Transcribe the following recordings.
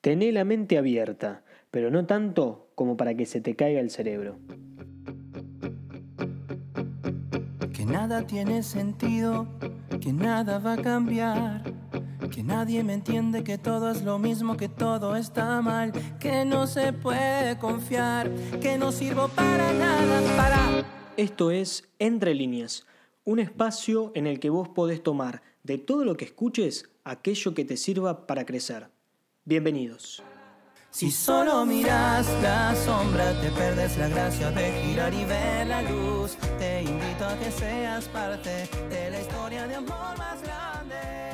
Tené la mente abierta, pero no tanto como para que se te caiga el cerebro. Que nada tiene sentido, que nada va a cambiar, que nadie me entiende, que todo es lo mismo, que todo está mal, que no se puede confiar, que no sirvo para nada, Esto es Entre Líneas, un espacio en el que vos podés tomar de todo lo que escuches aquello que te sirva para crecer. Bienvenidos. Si solo miras la sombra, te perdes la gracia de girar y ver la luz. Te invito a que seas parte de la historia de amor más grande.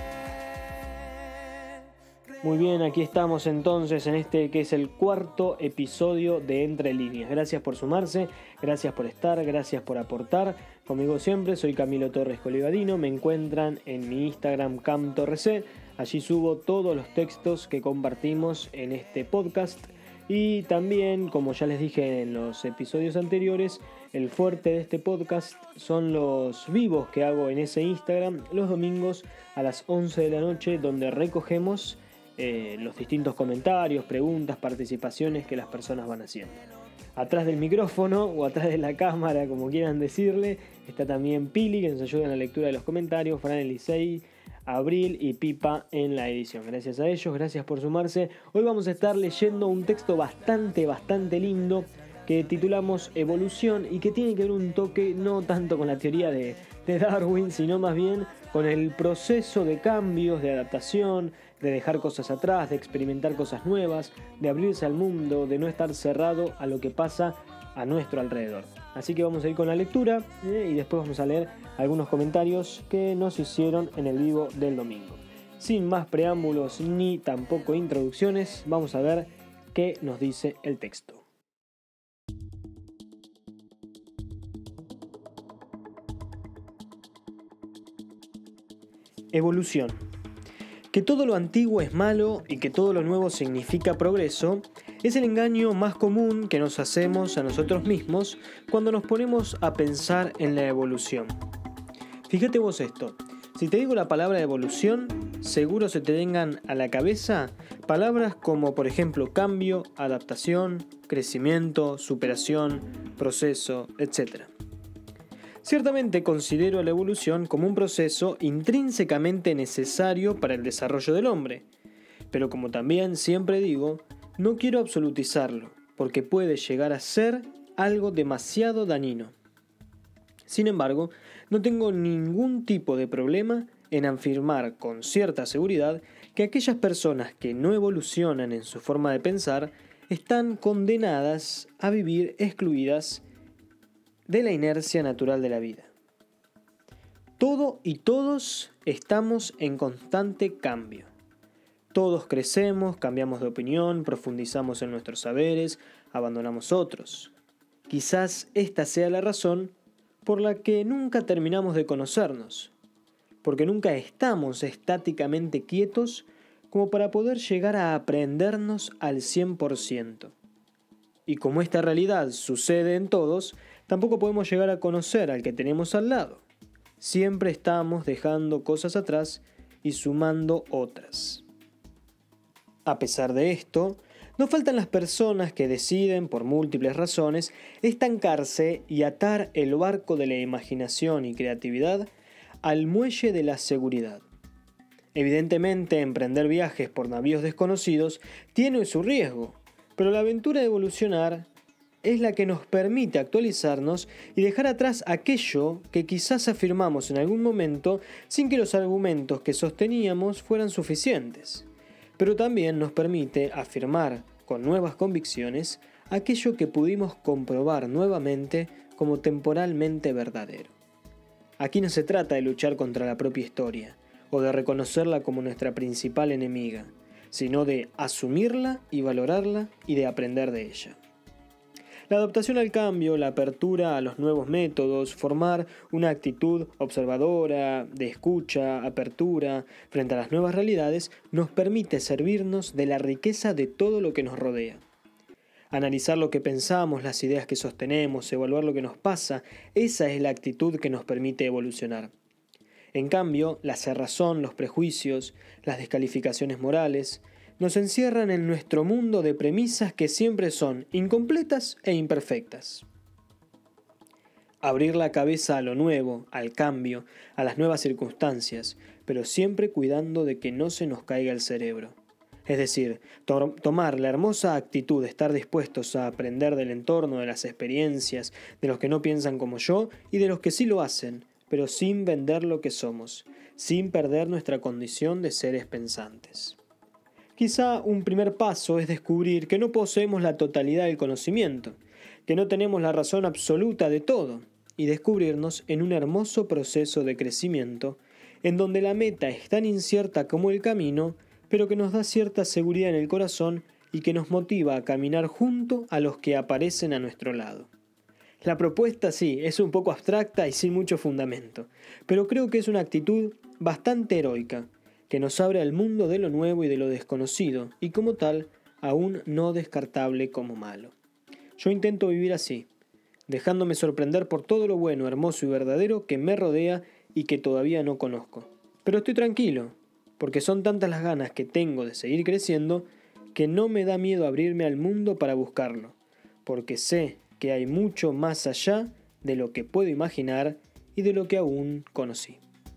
Muy bien, aquí estamos entonces en este que es el cuarto episodio de Entre Líneas. Gracias por sumarse, gracias por estar, gracias por aportar. Conmigo siempre, soy Camilo Torres Colivadino, me encuentran en mi Instagram camtorrec. Allí subo todos los textos que compartimos en este podcast. Y también, como ya les dije en los episodios anteriores, el fuerte de este podcast son los vivos que hago en ese Instagram los domingos a las 11 de la noche, donde recogemos los distintos comentarios, preguntas, participaciones que las personas van haciendo. Atrás del micrófono o atrás de la cámara, como quieran decirle, está también Pili, que nos ayuda en la lectura de los comentarios, Fran Elisei, Abril y Pipa en la edición. Gracias a ellos, gracias por sumarse. Hoy vamos a estar leyendo un texto bastante lindo que titulamos Evolución y que tiene que ver un toque no tanto con la teoría de Darwin, sino más bien con el proceso de cambios, de adaptación, de dejar cosas atrás, de experimentar cosas nuevas, de abrirse al mundo, de no estar cerrado a lo que pasa a nuestro alrededor. Así que vamos a ir con la lectura y después vamos a leer algunos comentarios que nos hicieron en el vivo del domingo. Sin más preámbulos ni tampoco introducciones, vamos a ver qué nos dice el texto. Evolución. Que todo lo antiguo es malo y que todo lo nuevo significa progreso es el engaño más común que nos hacemos a nosotros mismos cuando nos ponemos a pensar en la evolución. Fíjate vos esto, si te digo la palabra evolución, seguro se te vengan a la cabeza palabras como por ejemplo cambio, adaptación, crecimiento, superación, proceso, etc. Ciertamente considero la evolución como un proceso intrínsecamente necesario para el desarrollo del hombre, pero como también siempre digo, no quiero absolutizarlo, porque puede llegar a ser algo demasiado dañino. Sin embargo, no tengo ningún tipo de problema en afirmar con cierta seguridad que aquellas personas que no evolucionan en su forma de pensar están condenadas a vivir excluidas de la inercia natural de la vida. Todo y todos estamos en constante cambio. Todos crecemos, cambiamos de opinión, profundizamos en nuestros saberes, abandonamos otros. Quizás esta sea la razón por la que nunca terminamos de conocernos, porque nunca estamos estáticamente quietos como para poder llegar a aprendernos al 100%. Y como esta realidad sucede en todos, tampoco podemos llegar a conocer al que tenemos al lado. Siempre estamos dejando cosas atrás y sumando otras. A pesar de esto, no faltan las personas que deciden, por múltiples razones, estancarse y atar el barco de la imaginación y creatividad al muelle de la seguridad. Evidentemente, emprender viajes por navíos desconocidos tiene su riesgo, pero la aventura de evolucionar es la que nos permite actualizarnos y dejar atrás aquello que quizás afirmamos en algún momento sin que los argumentos que sosteníamos fueran suficientes. Pero también nos permite afirmar con nuevas convicciones aquello que pudimos comprobar nuevamente como temporalmente verdadero. Aquí no se trata de luchar contra la propia historia o de reconocerla como nuestra principal enemiga, sino de asumirla y valorarla y de aprender de ella. La adaptación al cambio, la apertura a los nuevos métodos, formar una actitud observadora, de escucha, apertura, frente a las nuevas realidades, nos permite servirnos de la riqueza de todo lo que nos rodea. Analizar lo que pensamos, las ideas que sostenemos, evaluar lo que nos pasa, esa es la actitud que nos permite evolucionar. En cambio, la cerrazón, los prejuicios, las descalificaciones morales, nos encierran en nuestro mundo de premisas que siempre son incompletas e imperfectas. Abrir la cabeza a lo nuevo, al cambio, a las nuevas circunstancias, pero siempre cuidando de que no se nos caiga el cerebro. Es decir, tomar la hermosa actitud de estar dispuestos a aprender del entorno, de las experiencias, de los que no piensan como yo y de los que sí lo hacen, pero sin vender lo que somos, sin perder nuestra condición de seres pensantes. Quizá un primer paso es descubrir que no poseemos la totalidad del conocimiento, que no tenemos la razón absoluta de todo, y descubrirnos en un hermoso proceso de crecimiento, en donde la meta es tan incierta como el camino, pero que nos da cierta seguridad en el corazón y que nos motiva a caminar junto a los que aparecen a nuestro lado. La propuesta sí, es un poco abstracta y sin mucho fundamento, pero creo que es una actitud bastante heroica, que nos abre al mundo de lo nuevo y de lo desconocido, y como tal, aún no descartable como malo. Yo intento vivir así, dejándome sorprender por todo lo bueno, hermoso y verdadero que me rodea y que todavía no conozco. Pero estoy tranquilo, porque son tantas las ganas que tengo de seguir creciendo, que no me da miedo abrirme al mundo para buscarlo, porque sé que hay mucho más allá de lo que puedo imaginar y de lo que aún conocí.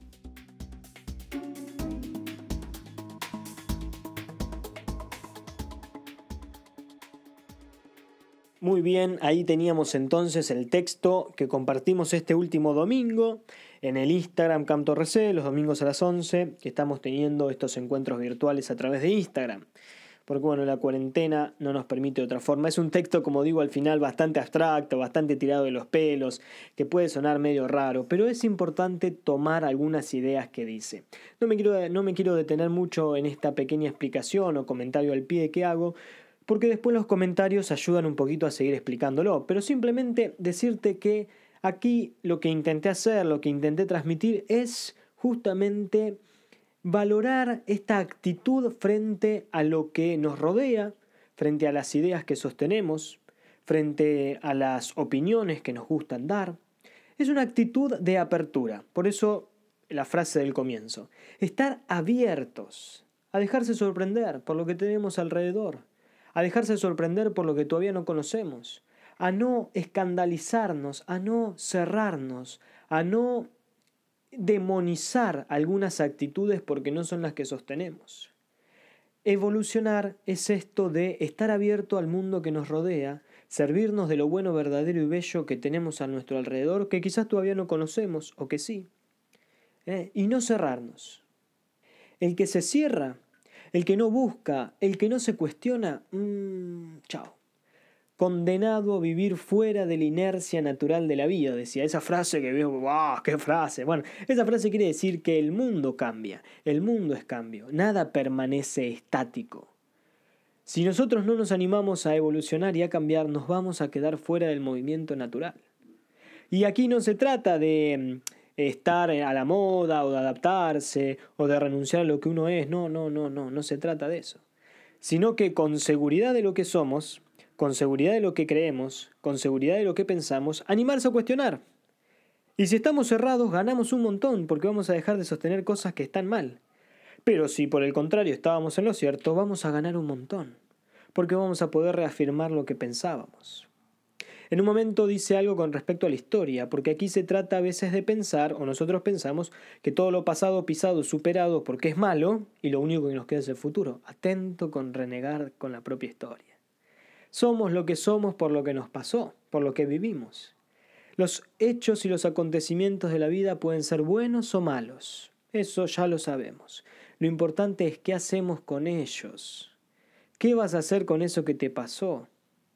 Muy bien, ahí teníamos entonces el texto que compartimos este último domingo en el Instagram CamTorreC, los domingos a las 11, que estamos teniendo estos encuentros virtuales a través de Instagram. Porque bueno, la cuarentena no nos permite de otra forma. Es un texto, como digo, al final bastante abstracto, bastante tirado de los pelos, que puede sonar medio raro, pero es importante tomar algunas ideas que dice. No me quiero detener mucho en esta pequeña explicación o comentario al pie que hago, porque después los comentarios ayudan un poquito a seguir explicándolo, pero simplemente decirte que aquí lo que intenté hacer, lo que intenté transmitir es justamente valorar esta actitud frente a lo que nos rodea, frente a las ideas que sostenemos, frente a las opiniones que nos gustan dar. Es una actitud de apertura, por eso la frase del comienzo. Estar abiertos a dejarse sorprender por lo que tenemos alrededor, a dejarse sorprender por lo que todavía no conocemos, a no escandalizarnos, a no cerrarnos, a no demonizar algunas actitudes porque no son las que sostenemos. Evolucionar es esto de estar abierto al mundo que nos rodea, servirnos de lo bueno, verdadero y bello que tenemos a nuestro alrededor, que quizás todavía no conocemos o que sí, y no cerrarnos. El que se cierra, el que no busca, el que no se cuestiona, chao. Condenado a vivir fuera de la inercia natural de la vida, decía. Esa frase que veo, ¡wow! ¡Qué frase! Bueno, esa frase quiere decir que el mundo cambia, el mundo es cambio, nada permanece estático. Si nosotros no nos animamos a evolucionar y a cambiar, nos vamos a quedar fuera del movimiento natural. Y aquí no se trata de estar a la moda o de adaptarse o de renunciar a lo que uno es, no se trata de eso. Sino que con seguridad de lo que somos, con seguridad de lo que creemos, con seguridad de lo que pensamos, animarse a cuestionar. Y si estamos cerrados, ganamos un montón, porque vamos a dejar de sostener cosas que están mal. Pero si por el contrario estábamos en lo cierto, vamos a ganar un montón, porque vamos a poder reafirmar lo que pensábamos. En un momento dice algo con respecto a la historia, porque aquí se trata a veces de pensar, o nosotros pensamos, que todo lo pasado, pisado, superado, porque es malo, y lo único que nos queda es el futuro. Atento con renegar con la propia historia. Somos lo que somos por lo que nos pasó, por lo que vivimos. Los hechos y los acontecimientos de la vida pueden ser buenos o malos. Eso ya lo sabemos. Lo importante es qué hacemos con ellos. ¿Qué vas a hacer con eso que te pasó?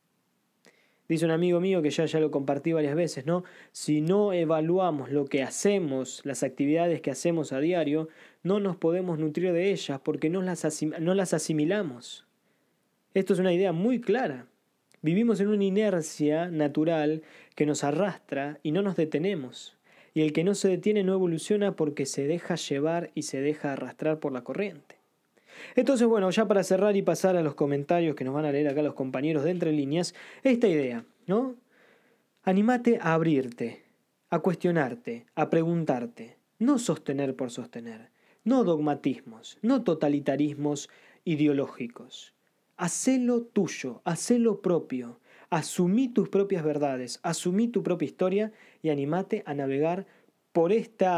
Dice un amigo mío que ya lo compartí varias veces, ¿no? Si no evaluamos lo que hacemos, las actividades que hacemos a diario, no nos podemos nutrir de ellas porque no las asimilamos. Esto es una idea muy clara. Vivimos en una inercia natural que nos arrastra y no nos detenemos. Y el que no se detiene no evoluciona porque se deja llevar y se deja arrastrar por la corriente. Entonces, bueno, ya para cerrar y pasar a los comentarios que nos van a leer acá los compañeros de Entre Líneas, esta idea, ¿no? Anímate a abrirte, a cuestionarte, a preguntarte. No sostener por sostener, no dogmatismos, no totalitarismos ideológicos. Hacelo tuyo, hacelo propio. Asumí tus propias verdades, asumí tu propia historia y animate a navegar por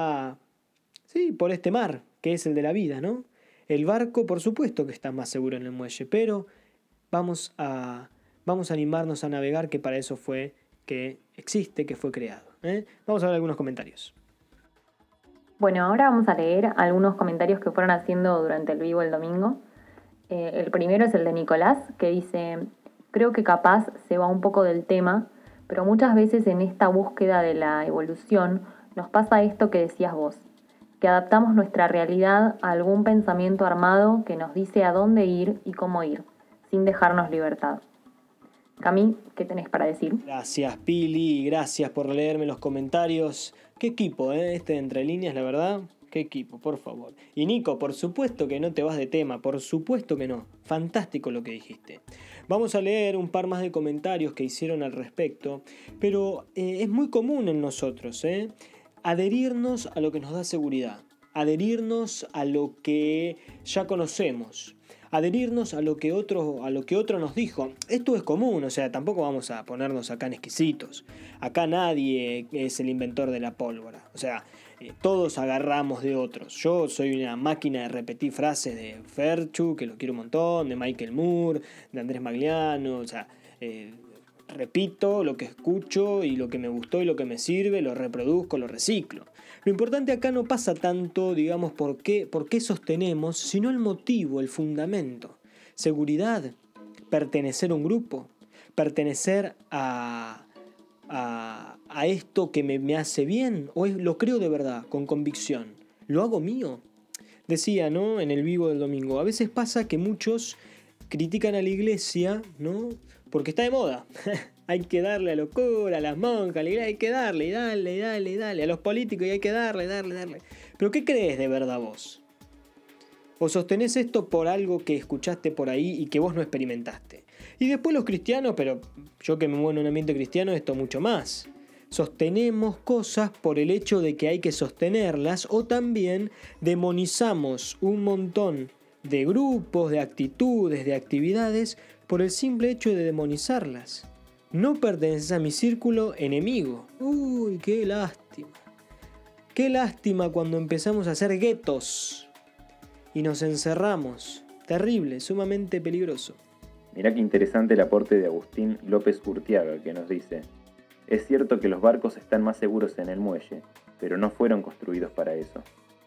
por este mar, que es el de la vida, ¿no? El barco, por supuesto que está más seguro en el muelle, pero vamos a animarnos a navegar, que para eso fue que existe, que fue creado. Vamos a ver algunos comentarios. Bueno, ahora vamos a leer algunos comentarios que fueron haciendo durante el vivo el domingo. El primero es el de Nicolás, que dice: creo que capaz se va un poco del tema, pero muchas veces en esta búsqueda de la evolución nos pasa esto que decías vos, que adaptamos nuestra realidad a algún pensamiento armado que nos dice a dónde ir y cómo ir, sin dejarnos libertad. Cami, ¿qué tenés para decir? Gracias, Pili, gracias por leerme los comentarios. Qué equipo, este de Entre Líneas, la verdad. Qué equipo, por favor. Y Nico, por supuesto que no te vas de tema, por supuesto que no. Fantástico lo que dijiste. Vamos a leer un par más de comentarios que hicieron al respecto, pero es muy común en nosotros, adherirnos a lo que nos da seguridad, adherirnos a lo que ya conocemos, adherirnos a lo que otro nos dijo. Esto es común, o sea, tampoco vamos a ponernos acá en exquisitos. Acá nadie es el inventor de la pólvora, o sea, todos agarramos de otros. Yo soy una máquina de repetir frases de Ferchu, que lo quiero un montón, de Michael Moore, de Andrés Magliano, o sea, repito lo que escucho y lo que me gustó y lo que me sirve, lo reproduzco, lo reciclo. Lo importante acá no pasa tanto, digamos, por qué sostenemos, sino el motivo, el fundamento. Seguridad, pertenecer a un grupo, pertenecer a esto que me hace bien, o lo creo de verdad, con convicción. ¿Lo hago mío? Decía, ¿no?, en el vivo del domingo, a veces pasa que muchos critican a la iglesia, ¿no?, porque está de moda. Hay que darle a los curas, a las monjas, a la iglesia, hay que darle, y dale, a los políticos, y hay que darle. ¿Pero qué crees de verdad vos? ¿O sostenés esto por algo que escuchaste por ahí y que vos no experimentaste? Y después los cristianos, pero yo que me muevo en un ambiente cristiano, esto mucho más. Sostenemos cosas por el hecho de que hay que sostenerlas, o también demonizamos un montón de grupos, de actitudes, de actividades, por el simple hecho de demonizarlas. No perteneces a mi círculo enemigo. Uy, qué lástima. Qué lástima cuando empezamos a hacer guetos y nos encerramos. Terrible, sumamente peligroso. Mirá qué interesante el aporte de Agustín López Urtiaga, que nos dice: es cierto que los barcos están más seguros en el muelle, pero no fueron construidos para eso.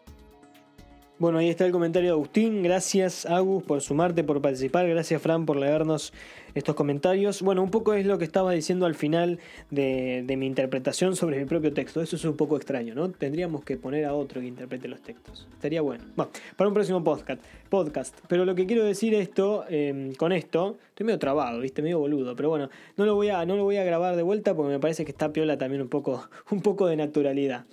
Bueno, ahí está el comentario de Agustín. Gracias, Agus, por sumarte, por participar. Gracias, Fran, por leernos estos comentarios. Bueno, un poco es lo que estaba diciendo al final de mi interpretación sobre mi propio texto. Eso es un poco extraño, ¿no? Tendríamos que poner a otro que interprete los textos. Estaría bueno. Bueno, para un próximo podcast. Pero lo que quiero decir con esto, estoy medio trabado, ¿viste? Medio boludo. Pero bueno, no lo voy a grabar de vuelta porque me parece que está piola también un poco de naturalidad.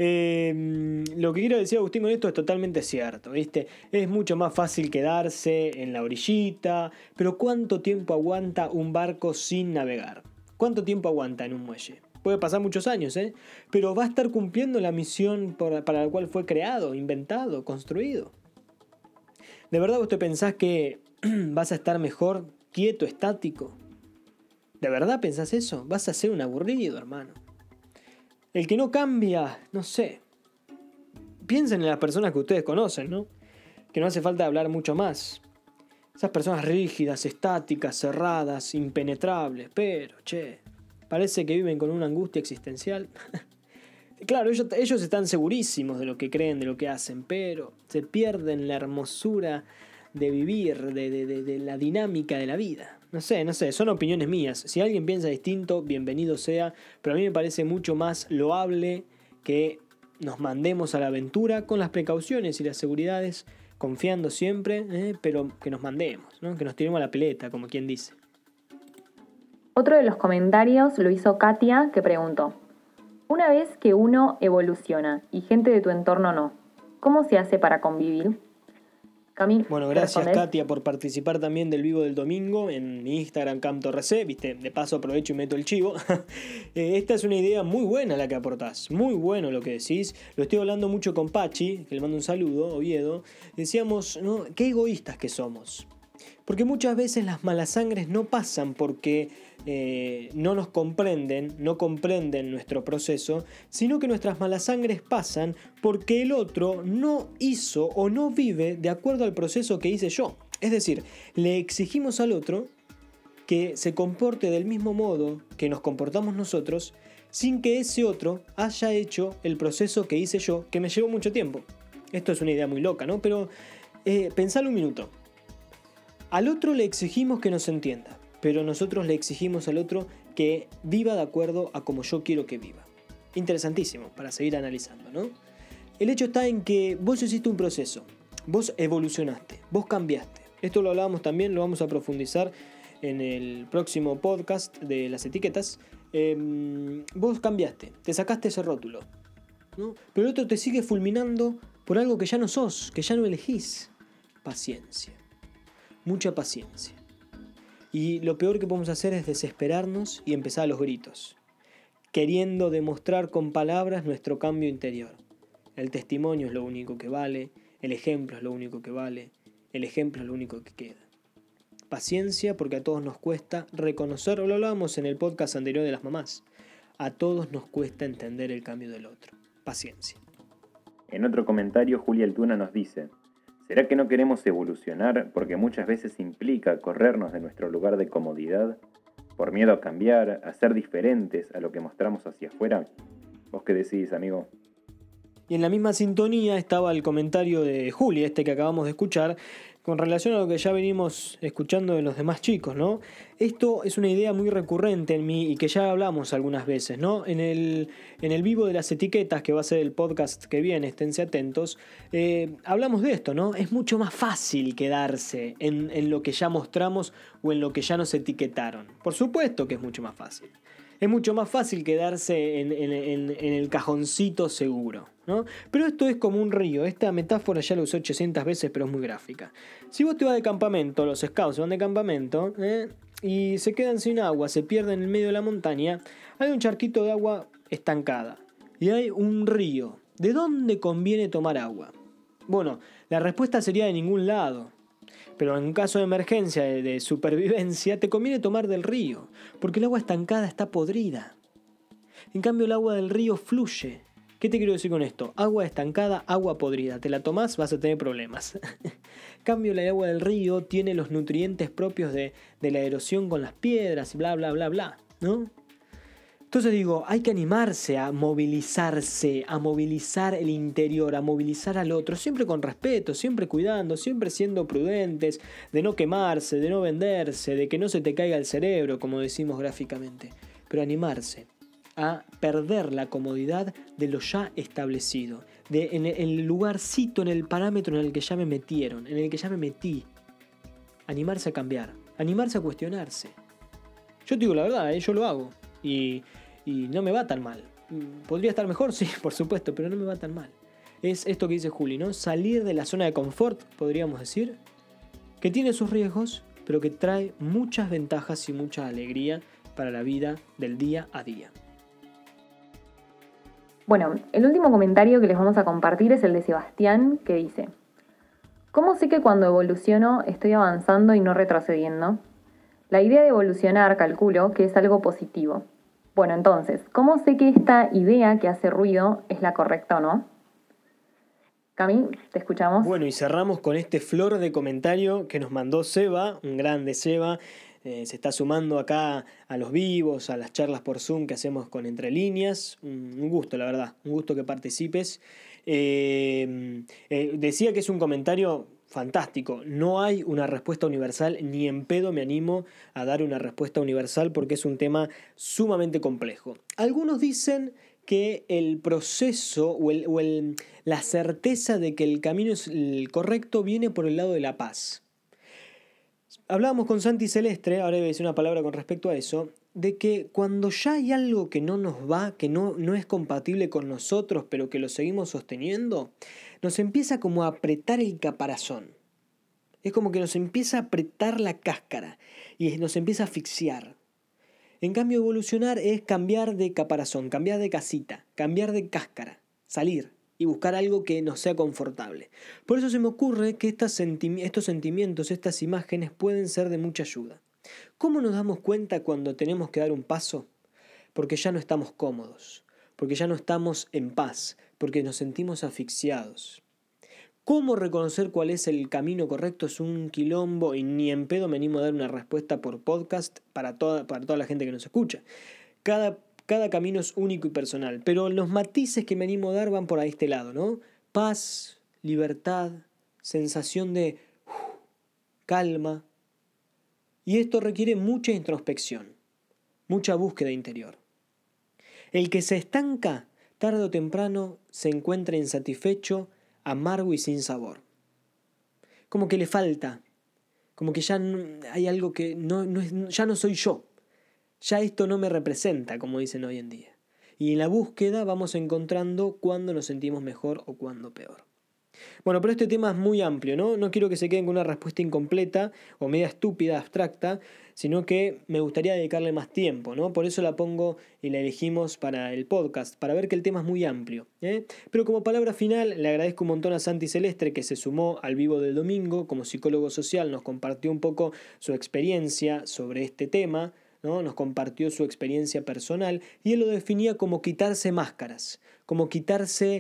Lo que quiero decir, Agustín, con esto es totalmente cierto, ¿viste? Es mucho más fácil quedarse en la orillita, pero ¿cuánto tiempo aguanta un barco sin navegar? ¿Cuánto tiempo aguanta en un muelle? Puede pasar muchos años, pero va a estar cumpliendo la misión para la cual fue creado, inventado, construido. ¿De verdad vos te pensás que vas a estar mejor quieto, estático? ¿De verdad pensás eso? Vas a ser un aburrido, hermano. El que no cambia, no sé. Piensen en las personas que ustedes conocen, ¿no? Que no hace falta hablar mucho más. Esas personas rígidas, estáticas, cerradas, impenetrables. Pero, parece que viven con una angustia existencial. Claro, ellos están segurísimos de lo que creen, de lo que hacen, pero se pierden la hermosura de vivir, de la dinámica de la vida. No sé, son opiniones mías. Si alguien piensa distinto, bienvenido sea, pero a mí me parece mucho más loable que nos mandemos a la aventura con las precauciones y las seguridades, confiando siempre, pero que nos mandemos, ¿no? Que nos tiremos a la pileta, como quien dice. Otro de los comentarios lo hizo Katia, que preguntó: una vez que uno evoluciona y gente de tu entorno no, ¿cómo se hace para convivir? Cami, Bueno, ¿te gracias respondés? Katia por participar también del vivo del domingo en mi Instagram CamTorrec, viste, de paso aprovecho y meto el chivo. Esta es una idea muy buena la que aportás, muy bueno lo que decís. Lo estoy hablando mucho con Pachi, que le mando un saludo, Oviedo. Decíamos, ¿no? Qué egoístas que somos. Porque muchas veces las malas sangres no pasan porque no nos comprenden, no comprenden nuestro proceso, sino que nuestras malas sangres pasan porque el otro no hizo o no vive de acuerdo al proceso que hice yo. Es decir, le exigimos al otro que se comporte del mismo modo que nos comportamos nosotros, sin que ese otro haya hecho el proceso que hice yo, que me llevó mucho tiempo. Esto es una idea muy loca, ¿no? Pero pensalo un minuto. Al otro le exigimos que nos entienda, pero nosotros le exigimos al otro que viva de acuerdo a como yo quiero que viva. Interesantísimo para seguir analizando, ¿no? El hecho está en que vos hiciste un proceso, vos evolucionaste, vos cambiaste. Esto lo hablábamos también, lo vamos a profundizar en el próximo podcast de las etiquetas. Vos cambiaste, te sacaste ese rótulo, ¿no? Pero el otro te sigue fulminando por algo que ya no sos, que ya no elegís. Paciencia. Mucha paciencia. Y lo peor que podemos hacer es desesperarnos y empezar a los gritos, queriendo demostrar con palabras nuestro cambio interior. El testimonio es lo único que vale, el ejemplo es lo único que vale, el ejemplo es lo único que queda. Paciencia, porque a todos nos cuesta reconocer, lo hablábamos en el podcast anterior de las mamás, a todos nos cuesta entender el cambio del otro. Paciencia. En otro comentario, Julia Altuna nos dice: ¿será que no queremos evolucionar porque muchas veces implica corrernos de nuestro lugar de comodidad por miedo a cambiar, a ser diferentes a lo que mostramos hacia afuera? ¿Vos qué decís, amigo? Y en la misma sintonía estaba el comentario de Juli, este que acabamos de escuchar, con relación a lo que ya venimos escuchando de los demás chicos, ¿no? Esto es una idea muy recurrente en mí y que ya hablamos algunas veces, ¿no? En el vivo de las etiquetas, que va a ser el podcast que viene, esténse atentos, hablamos de esto, ¿no? Es mucho más fácil quedarse en lo que ya mostramos o en lo que ya nos etiquetaron. Por supuesto que es mucho más fácil. Es mucho más fácil quedarse en el cajoncito seguro, ¿no? Pero esto es como un río. Esta metáfora ya la usé 800 veces, pero es muy gráfica. Si vos te vas de campamento, los scouts se van de campamento, y se quedan sin agua, se pierden en el medio de la montaña, hay un charquito de agua estancada y hay un río. ¿De dónde conviene tomar agua? Bueno, la respuesta sería de ningún lado. Pero en caso de emergencia, de supervivencia, te conviene tomar del río, porque el agua estancada está podrida. En cambio, el agua del río fluye. ¿Qué te quiero decir con esto? Agua estancada, agua podrida. Te la tomás, vas a tener problemas. En cambio, el agua del río tiene los nutrientes propios de la erosión con las piedras, bla, bla, bla, bla, ¿no? Entonces digo, hay que animarse a movilizarse, a movilizar el interior, a movilizar al otro, siempre con respeto, siempre cuidando, siempre siendo prudentes, de no quemarse, de no venderse, de que no se te caiga el cerebro, como decimos gráficamente, pero animarse a perder la comodidad de lo ya establecido, en el lugarcito, en el parámetro en el que ya me metieron, en el que ya me metí. Animarse a cambiar, animarse a cuestionarse. Yo te digo la verdad, yo lo hago. Y no me va tan mal. ¿Podría estar mejor? Sí, por supuesto, pero no me va tan mal. Es esto que dice Juli, ¿no? Salir de la zona de confort, podríamos decir, que tiene sus riesgos, pero que trae muchas ventajas y mucha alegría para la vida del día a día. Bueno, el último comentario que les vamos a compartir es el de Sebastián, que dice: ¿cómo sé que cuando evoluciono estoy avanzando y no retrocediendo? La idea de evolucionar, calculo, que es algo positivo. Bueno, entonces, ¿cómo sé que esta idea que hace ruido es la correcta o no? Cami, te escuchamos. Bueno, y cerramos con este flor de comentario que nos mandó Seba, un grande Seba. Se está sumando acá a los vivos, a las charlas por Zoom que hacemos con Entre Líneas. Un gusto, la verdad, un gusto que participes. Decía que es un comentario fantástico. No hay una respuesta universal, ni en pedo me animo a dar una respuesta universal porque es un tema sumamente complejo. Algunos dicen que el proceso o la certeza de que el camino es el correcto viene por el lado de la paz. Hablábamos con Santi Celestre, ahora voy a decir una palabra con respecto a eso, de que cuando ya hay algo que no nos va, que no es compatible con nosotros, pero que lo seguimos sosteniendo, nos empieza como a apretar el caparazón. Es como que nos empieza a apretar la cáscara y nos empieza a asfixiar. En cambio, evolucionar es cambiar de caparazón, cambiar de casita, cambiar de cáscara, salir y buscar algo que nos sea confortable. Por eso se me ocurre que estos sentimientos, estas imágenes pueden ser de mucha ayuda. ¿Cómo nos damos cuenta cuando tenemos que dar un paso? Porque ya no estamos cómodos, porque ya no estamos en paz, porque nos sentimos asfixiados. ¿Cómo reconocer cuál es el camino correcto? Es un quilombo y ni en pedo me animo a dar una respuesta por podcast para toda la gente que nos escucha. Cada camino es único y personal, pero los matices que me animo a dar van por este lado, ¿no? Paz, libertad, sensación de calma. Y esto requiere mucha introspección, mucha búsqueda interior. El que se estanca, tarde o temprano, se encuentra insatisfecho, amargo y sin sabor. Como que le falta, como que ya hay algo que ya no soy yo. Ya esto no me representa, como dicen hoy en día. Y en la búsqueda vamos encontrando cuándo nos sentimos mejor o cuándo peor. Bueno, pero este tema es muy amplio, ¿no? No quiero que se queden con una respuesta incompleta o media estúpida, abstracta, sino que me gustaría dedicarle más tiempo, ¿no? Por eso la pongo y la elegimos para el podcast, para ver que el tema es muy amplio, ¿eh? Pero como palabra final, le agradezco un montón a Santi Celestre, que se sumó al vivo del domingo, como psicólogo social, nos compartió un poco su experiencia sobre este tema, ¿no? Nos compartió su experiencia personal y él lo definía como quitarse máscaras, como quitarse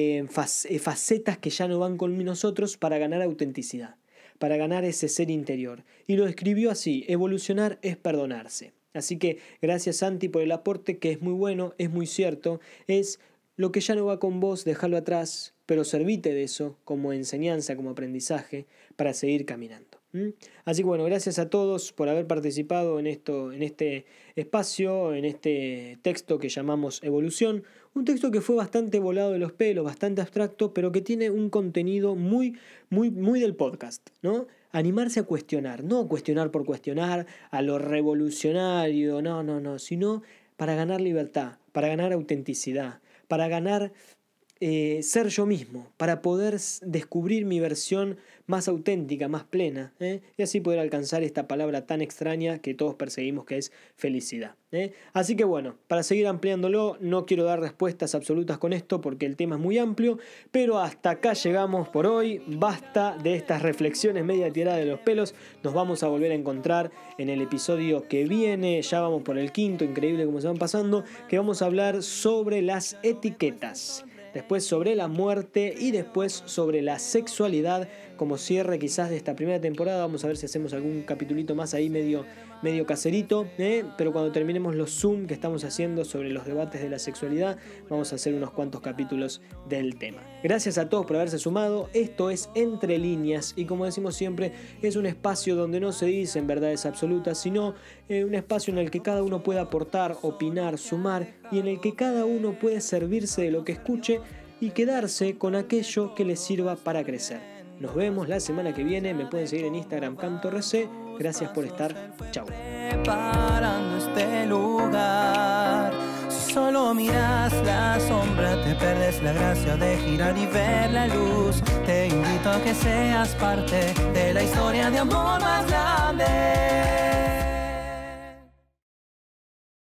facetas que ya no van con nosotros para ganar autenticidad, para ganar ese ser interior. Y lo describió así: evolucionar es perdonarse. Así que gracias, Santi, por el aporte, que es muy bueno, es muy cierto, es lo que ya no va con vos, déjalo atrás, pero servite de eso como enseñanza, como aprendizaje, para seguir caminando. Así que bueno, gracias a todos por haber participado en este espacio, en este texto que llamamos Evolución. Un texto que fue bastante volado de los pelos, bastante abstracto, pero que tiene un contenido muy, muy, muy del podcast, ¿no? Animarse a cuestionar, no cuestionar por cuestionar, a lo revolucionario, no, sino para ganar libertad, para ganar autenticidad, para ganar ser yo mismo, para poder descubrir mi versión más auténtica, más plena, y así poder alcanzar esta palabra tan extraña que todos perseguimos, que es felicidad. Así que bueno, para seguir ampliándolo, no quiero dar respuestas absolutas con esto porque el tema es muy amplio, pero hasta acá llegamos por hoy. Basta de estas reflexiones media tiradas de los pelos. Nos vamos a volver a encontrar en el episodio que viene, ya vamos por el 5º, increíble cómo se van pasando, que vamos a hablar sobre las etiquetas, después sobre la muerte y después sobre la sexualidad como cierre quizás de esta primera temporada. Vamos a ver si hacemos algún capitulito más ahí medio caserito, pero cuando terminemos los Zoom que estamos haciendo sobre los debates de la sexualidad, vamos a hacer unos cuantos capítulos del tema. Gracias a todos por haberse sumado. Esto es Entre Líneas y, como decimos siempre, es un espacio donde no se dicen verdades absolutas, sino un espacio en el que cada uno puede aportar, opinar, sumar, y en el que cada uno puede servirse de lo que escuche y quedarse con aquello que le sirva para crecer. Nos vemos la semana que viene. Me pueden seguir en Instagram, CantoRC. Gracias por estar. Chao. Preparando este lugar. Si solo miras la sombra, te perdes la gracia de girar y ver la luz. Te invito a que seas parte de la historia de amor más grande.